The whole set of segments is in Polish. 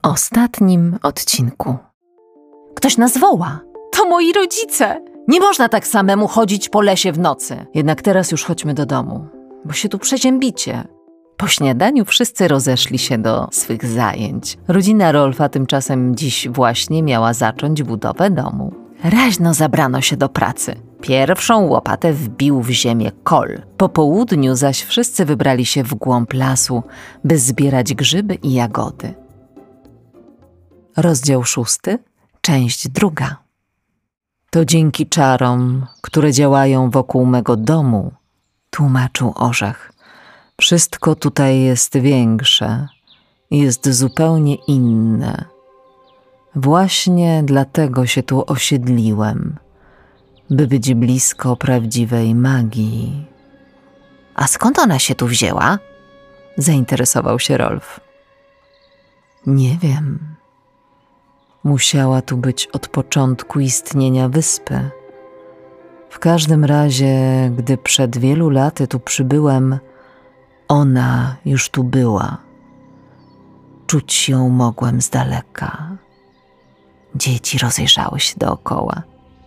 ostatnim odcinku. Ktoś nas woła. To moi rodzice. Nie można tak samemu chodzić po lesie w nocy. Jednak teraz już chodźmy do domu, bo się tu przeziębicie. Po śniadaniu wszyscy rozeszli się do swych zajęć. Rodzina Rolfa tymczasem dziś właśnie miała zacząć budowę domu. Raźno zabrano się do pracy. Pierwszą łopatę wbił w ziemię Kol. Po południu zaś wszyscy wybrali się w głąb lasu, by zbierać grzyby i jagody. Rozdział 6, część 2. To dzięki czarom, które działają wokół mego domu, tłumaczył Orzech. Wszystko tutaj jest większe, jest zupełnie inne. Właśnie dlatego się tu osiedliłem, by być blisko prawdziwej magii. A skąd ona się tu wzięła? Zainteresował się Rolf. Nie wiem. Musiała tu być od początku istnienia wyspy. W każdym razie, gdy przed wielu laty tu przybyłem, ona już tu była. Czuć ją mogłem z daleka. Dzieci rozejrzały się dookoła.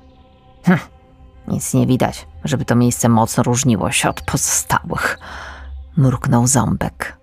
Nic nie widać, żeby to miejsce mocno różniło się od pozostałych, mruknął Ząbek.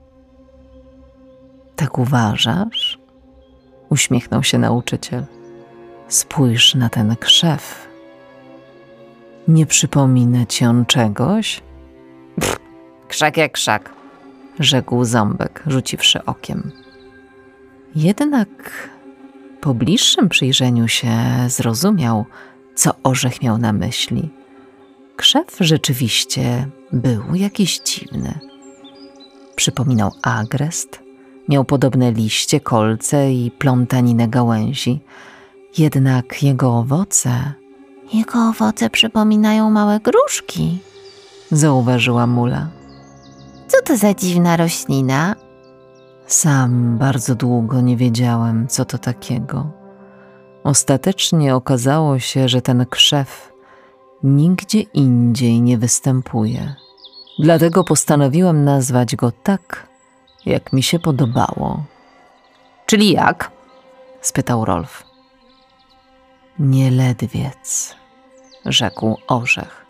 Tak uważasz? Uśmiechnął się nauczyciel. Spójrz na ten krzew. Nie przypomina ci on czegoś? Krzak jak krzak, rzekł Ząbek, rzuciwszy okiem. Jednak po bliższym przyjrzeniu się zrozumiał, co Orzech miał na myśli. Krzew rzeczywiście był jakiś dziwny. Przypominał agrest, miał podobne liście, kolce i plątaninę gałęzi. Jednak jego owoce... Jego owoce przypominają małe gruszki, zauważyła Mula. Co to za dziwna roślina? Sam bardzo długo nie wiedziałem, co to takiego. Ostatecznie okazało się, że ten krzew nigdzie indziej nie występuje. Dlatego postanowiłem nazwać go tak, jak mi się podobało. Czyli jak? Spytał Rolf. Nieledwiec, rzekł Orzech.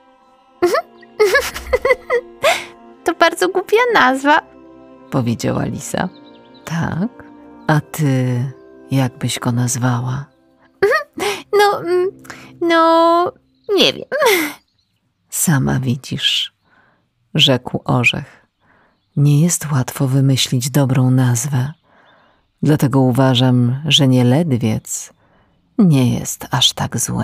To bardzo głupia nazwa, powiedziała Lisa. Tak? A ty jak byś go nazwała? No, nie wiem. Sama widzisz, rzekł Orzech. Nie jest łatwo wymyślić dobrą nazwę. Dlatego uważam, że nieledwiec nie jest aż tak zły.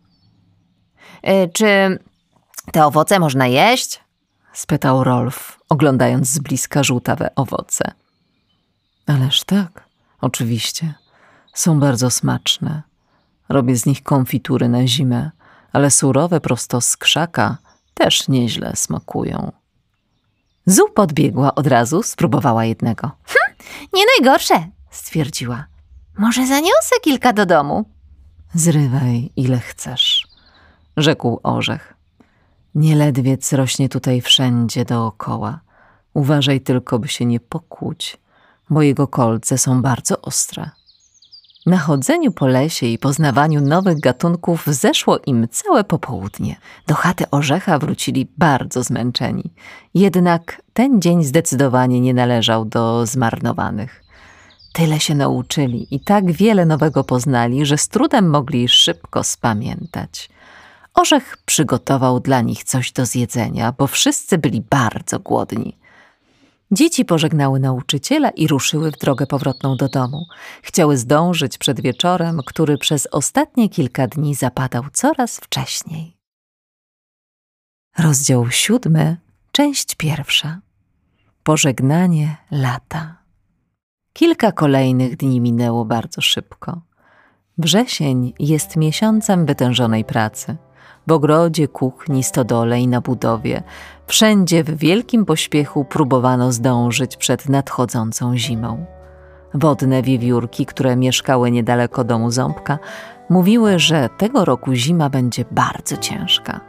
Czy te owoce można jeść? Spytał Rolf, oglądając z bliska żółtawe owoce. Ależ tak, oczywiście. Są bardzo smaczne. Robię z nich konfitury na zimę, ale surowe prosto z krzaka też nieźle smakują. Zu podbiegła od razu, spróbowała jednego. Nie najgorsze, stwierdziła. Może zaniosę kilka do domu? Zrywaj ile chcesz, rzekł Orzech. Nieledwiec rośnie tutaj wszędzie dookoła. Uważaj tylko, by się nie pokłuć, bo jego kolce są bardzo ostre. Na chodzeniu po lesie i poznawaniu nowych gatunków zeszło im całe popołudnie. Do chaty Orzecha wrócili bardzo zmęczeni. Jednak ten dzień zdecydowanie nie należał do zmarnowanych. Tyle się nauczyli i tak wiele nowego poznali, że z trudem mogli szybko spamiętać. Orzech przygotował dla nich coś do zjedzenia, bo wszyscy byli bardzo głodni. Dzieci pożegnały nauczyciela i ruszyły w drogę powrotną do domu. Chciały zdążyć przed wieczorem, który przez ostatnie kilka dni zapadał coraz wcześniej. Rozdział 7, część 1. Pożegnanie lata. Kilka kolejnych dni minęło bardzo szybko. Wrzesień jest miesiącem wytężonej pracy. W ogrodzie, kuchni, stodole i na budowie. Wszędzie w wielkim pośpiechu próbowano zdążyć przed nadchodzącą zimą. Wodne wiewiórki, które mieszkały niedaleko domu Ząbka, mówiły, że tego roku zima będzie bardzo ciężka.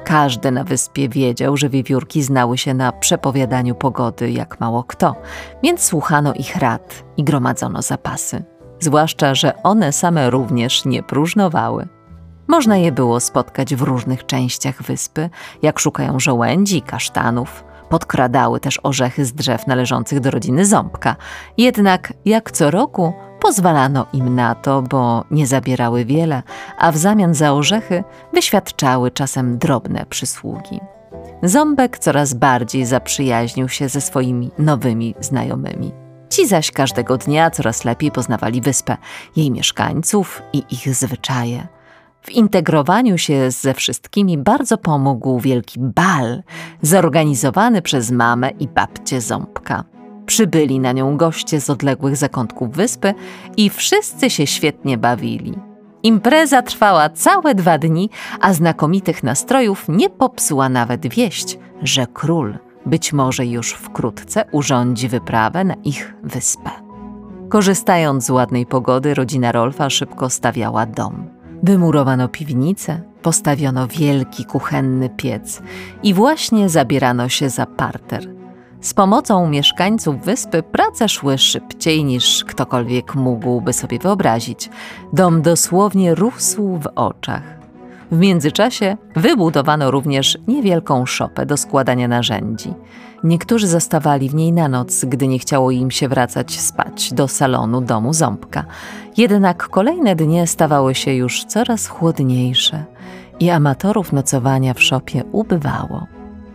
Każdy na wyspie wiedział, że wiewiórki znały się na przepowiadaniu pogody jak mało kto, więc słuchano ich rad i gromadzono zapasy. Zwłaszcza, że one same również nie próżnowały. Można je było spotkać w różnych częściach wyspy, jak szukają żołędzi i kasztanów. Podkradały też orzechy z drzew należących do rodziny Ząbka. Jednak jak co roku pozwalano im na to, bo nie zabierały wiele, a w zamian za orzechy wyświadczały czasem drobne przysługi. Ząbek coraz bardziej zaprzyjaźnił się ze swoimi nowymi znajomymi. Ci zaś każdego dnia coraz lepiej poznawali wyspę, jej mieszkańców i ich zwyczaje. W integrowaniu się ze wszystkimi bardzo pomógł wielki bal, zorganizowany przez mamę i babcię Ząbka. Przybyli na nią goście z odległych zakątków wyspy i wszyscy się świetnie bawili. Impreza trwała całe 2 dni, a znakomitych nastrojów nie popsuła nawet wieść, że król być może już wkrótce urządzi wyprawę na ich wyspę. Korzystając z ładnej pogody, rodzina Rolfa szybko stawiała dom. Wymurowano piwnicę, postawiono wielki kuchenny piec i właśnie zabierano się za parter. Z pomocą mieszkańców wyspy prace szły szybciej niż ktokolwiek mógłby sobie wyobrazić. Dom dosłownie rósł w oczach. W międzyczasie wybudowano również niewielką szopę do składania narzędzi. Niektórzy zostawali w niej na noc, gdy nie chciało im się wracać spać do salonu domu Ząbka. Jednak kolejne dnie stawały się już coraz chłodniejsze i amatorów nocowania w szopie ubywało.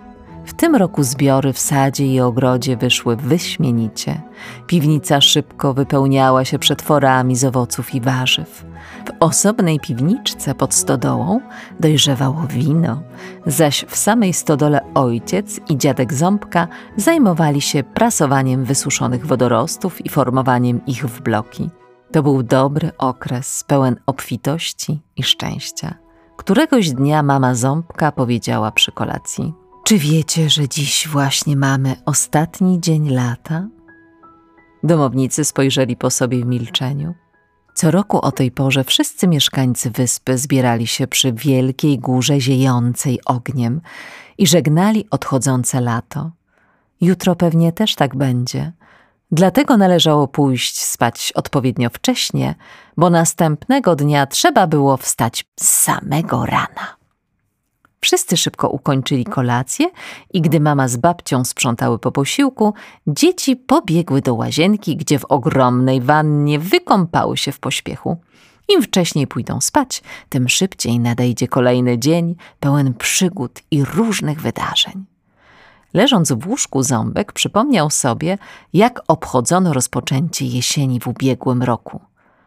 W tym roku zbiory w sadzie i ogrodzie wyszły wyśmienicie. Piwnica szybko wypełniała się przetworami z owoców i warzyw. W osobnej piwniczce pod stodołą dojrzewało wino, zaś w samej stodole ojciec i dziadek Ząbka zajmowali się prasowaniem wysuszonych wodorostów i formowaniem ich w bloki. To był dobry okres, pełen obfitości i szczęścia. Któregoś dnia mama Ząbka powiedziała przy kolacji: „Czy wiecie, że dziś właśnie mamy ostatni dzień lata?” Domownicy spojrzeli po sobie w milczeniu. Co roku o tej porze wszyscy mieszkańcy wyspy zbierali się przy wielkiej górze ziejącej ogniem i żegnali odchodzące lato. Jutro pewnie też tak będzie. Dlatego należało pójść spać odpowiednio wcześnie, bo następnego dnia trzeba było wstać z samego rana. Wszyscy szybko ukończyli kolację i gdy mama z babcią sprzątały po posiłku, dzieci pobiegły do łazienki, gdzie w ogromnej wannie wykąpały się w pośpiechu. Im wcześniej pójdą spać, tym szybciej nadejdzie kolejny dzień pełen przygód i różnych wydarzeń. Leżąc w łóżku, Ząbek przypomniał sobie, jak obchodzono rozpoczęcie jesieni w ubiegłym roku.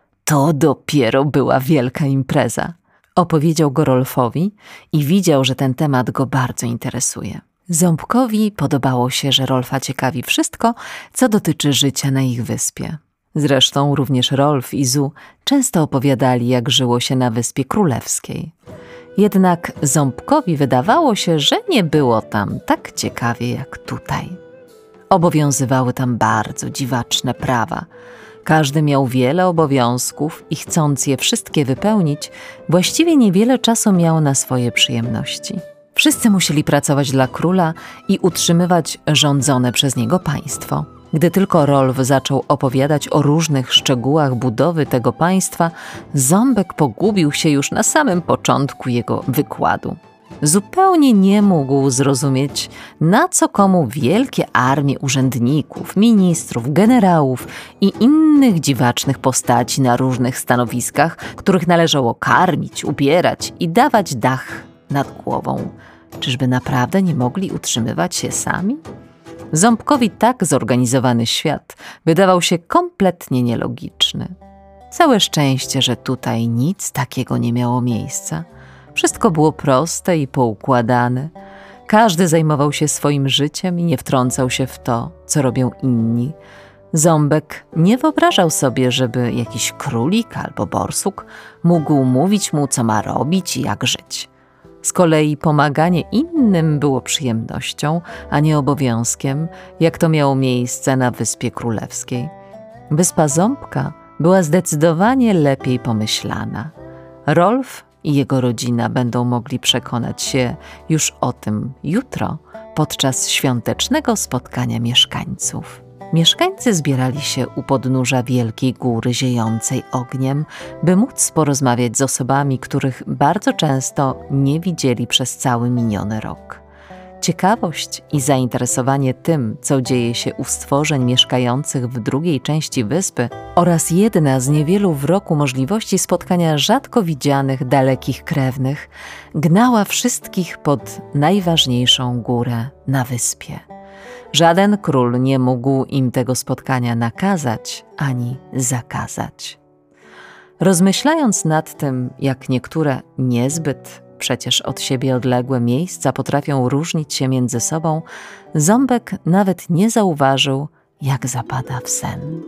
To dopiero była wielka impreza. Opowiedział go Rolfowi i widział, że ten temat go bardzo interesuje. Ząbkowi podobało się, że Rolfa ciekawi wszystko, co dotyczy życia na ich wyspie. Zresztą również Rolf i Zu często opowiadali, jak żyło się na Wyspie Królewskiej. Jednak Ząbkowi wydawało się, że nie było tam tak ciekawie jak tutaj. Obowiązywały tam bardzo dziwaczne prawa. Każdy miał wiele obowiązków i chcąc je wszystkie wypełnić, właściwie niewiele czasu miał na swoje przyjemności. Wszyscy musieli pracować dla króla i utrzymywać rządzone przez niego państwo. Gdy tylko Rolf zaczął opowiadać o różnych szczegółach budowy tego państwa, Ząbek pogubił się już na samym początku jego wykładu. Zupełnie nie mógł zrozumieć, na co komu wielkie armie urzędników, ministrów, generałów i innych dziwacznych postaci na różnych stanowiskach, których należało karmić, ubierać i dawać dach nad głową. Czyżby naprawdę nie mogli utrzymywać się sami? Ząbkowi tak zorganizowany świat wydawał się kompletnie nielogiczny. Całe szczęście, że tutaj nic takiego nie miało miejsca. Wszystko było proste i poukładane. Każdy zajmował się swoim życiem i nie wtrącał się w to, co robią inni. Ząbek nie wyobrażał sobie, żeby jakiś królik albo borsuk mógł mówić mu, co ma robić i jak żyć. Z kolei pomaganie innym było przyjemnością, a nie obowiązkiem, jak to miało miejsce na Wyspie Królewskiej. Wyspa Ząbka była zdecydowanie lepiej pomyślana. Rolf i jego rodzina będą mogli przekonać się już o tym jutro podczas świątecznego spotkania mieszkańców. Mieszkańcy zbierali się u podnóża wielkiej góry ziejącej ogniem, by móc porozmawiać z osobami, których bardzo często nie widzieli przez cały miniony rok. Ciekawość i zainteresowanie tym, co dzieje się u stworzeń mieszkających w drugiej części wyspy oraz jedna z niewielu w roku możliwości spotkania rzadko widzianych, dalekich krewnych, gnała wszystkich pod najważniejszą górę na wyspie. Żaden król nie mógł im tego spotkania nakazać ani zakazać. Rozmyślając nad tym, jak niektóre niezbyt przecież od siebie odległe miejsca potrafią różnić się między sobą, Ząbek nawet nie zauważył, jak zapada w sen.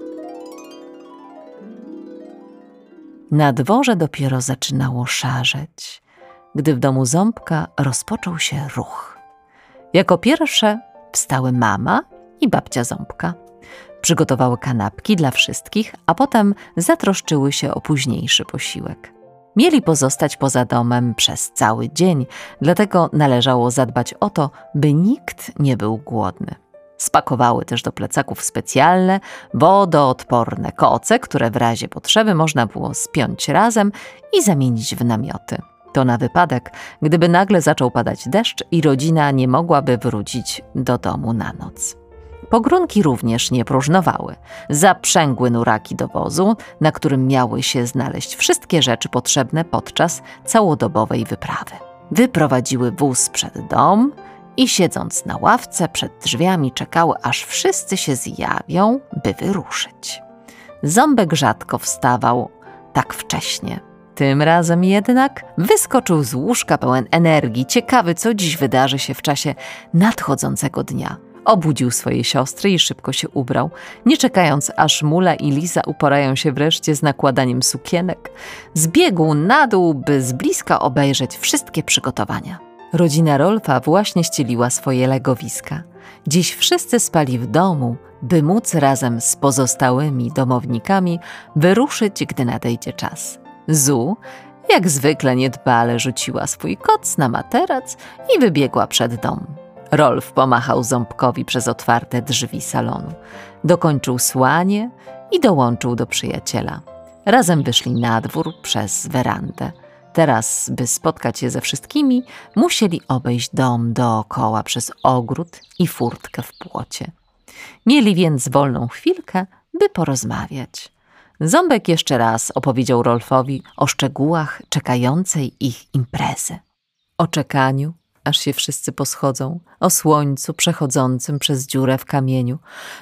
Na dworze dopiero zaczynało szarzeć, gdy w domu Ząbka rozpoczął się ruch. Jako pierwsze wstały mama i babcia Ząbka. Przygotowały kanapki dla wszystkich, a potem zatroszczyły się o późniejszy posiłek. Mieli pozostać poza domem przez cały dzień, dlatego należało zadbać o to, by nikt nie był głodny. Spakowały też do plecaków specjalne, wodoodporne koce, które w razie potrzeby można było spiąć razem i zamienić w namioty. To na wypadek, gdyby nagle zaczął padać deszcz i rodzina nie mogłaby wrócić do domu na noc. Pogrunki również nie próżnowały. Zaprzęgły nuraki do wozu, na którym miały się znaleźć wszystkie rzeczy potrzebne podczas całodobowej wyprawy. Wyprowadziły wóz przed dom i siedząc na ławce przed drzwiami czekały, aż wszyscy się zjawią, by wyruszyć. Ząbek rzadko wstawał tak wcześnie. Tym razem jednak wyskoczył z łóżka pełen energii, ciekawy, co dziś wydarzy się w czasie nadchodzącego dnia. Obudził swoje siostry i szybko się ubrał, nie czekając, aż Mula i Lisa uporają się wreszcie z nakładaniem sukienek. Zbiegł na dół, by z bliska obejrzeć wszystkie przygotowania. Rodzina Rolfa właśnie ścieliła swoje legowiska. Dziś wszyscy spali w domu, by móc razem z pozostałymi domownikami wyruszyć, gdy nadejdzie czas. Zu, jak zwykle niedbale rzuciła swój koc na materac i wybiegła przed dom. Rolf pomachał Ząbkowi przez otwarte drzwi salonu. Dokończył słanie i dołączył do przyjaciela. Razem wyszli na dwór przez werandę. Teraz, by spotkać się ze wszystkimi, musieli obejść dom dookoła przez ogród i furtkę w płocie. Mieli więc wolną chwilkę, by porozmawiać. Ząbek jeszcze raz opowiedział Rolfowi o szczegółach czekającej ich imprezy. O czekaniu, aż się wszyscy poschodzą, o słońcu przechodzącym przez dziurę w kamieniu.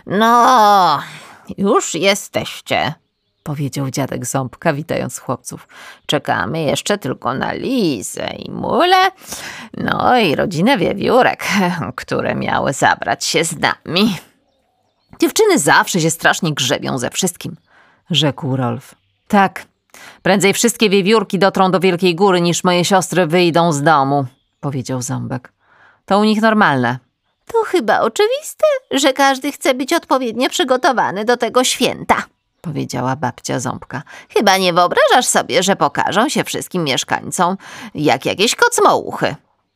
No, już jesteście, powiedział dziadek Ząbka, witając chłopców. Czekamy jeszcze tylko na Lizę i Mulę, no i rodzinę wiewiórek, które miały zabrać się z nami. Dziewczyny zawsze się strasznie grzebią ze wszystkim, rzekł Rolf. Tak, prędzej wszystkie wiewiórki dotrą do Wielkiej Góry, niż moje siostry wyjdą z domu, powiedział Ząbek. To u nich normalne. To chyba oczywiste, że każdy chce być odpowiednio przygotowany do tego święta, powiedziała babcia Ząbka. Chyba nie wyobrażasz sobie, że pokażą się wszystkim mieszkańcom jak jakieś kocmołuchy.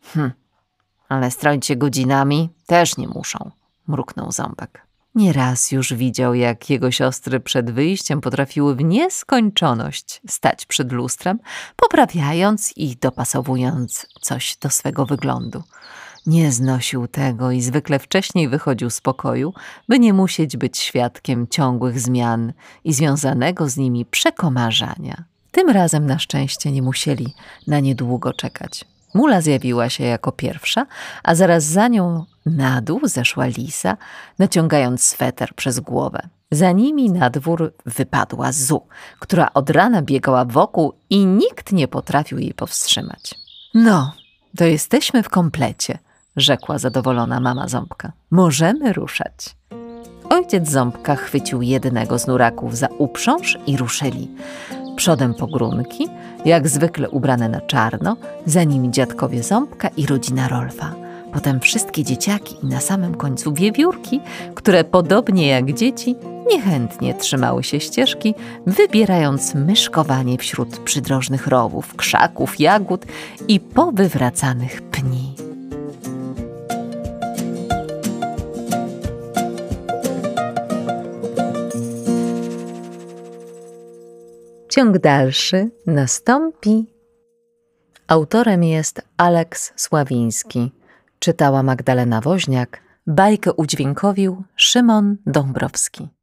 Ale stroić się godzinami też nie muszą, mruknął Ząbek. Nieraz już widział, jak jego siostry przed wyjściem potrafiły w nieskończoność stać przed lustrem, poprawiając i dopasowując coś do swego wyglądu. Nie znosił tego i zwykle wcześniej wychodził z pokoju, by nie musieć być świadkiem ciągłych zmian i związanego z nimi przekomarzania. Tym razem na szczęście nie musieli na niedługo czekać. Mula zjawiła się jako pierwsza, a zaraz za nią na dół zeszła Lisa, naciągając sweter przez głowę. Za nimi na dwór wypadła Zu, która od rana biegała wokół i nikt nie potrafił jej powstrzymać. No, to jesteśmy w komplecie, rzekła zadowolona mama Ząbka. Możemy ruszać. Ojciec Ząbka chwycił jednego z nuraków za uprząż i ruszyli. Przodem pogrunki, jak zwykle ubrane na czarno, za nimi dziadkowie Ząbka i rodzina Rolfa. Potem wszystkie dzieciaki i na samym końcu wiewiórki, które podobnie jak dzieci niechętnie trzymały się ścieżki, wybierając myszkowanie wśród przydrożnych rowów, krzaków, jagód i powywracanych pni. Ciąg dalszy nastąpi. Autorem jest Aleks Sławiński. Czytała Magdalena Woźniak. Bajkę udźwiękowił Szymon Dąbrowski.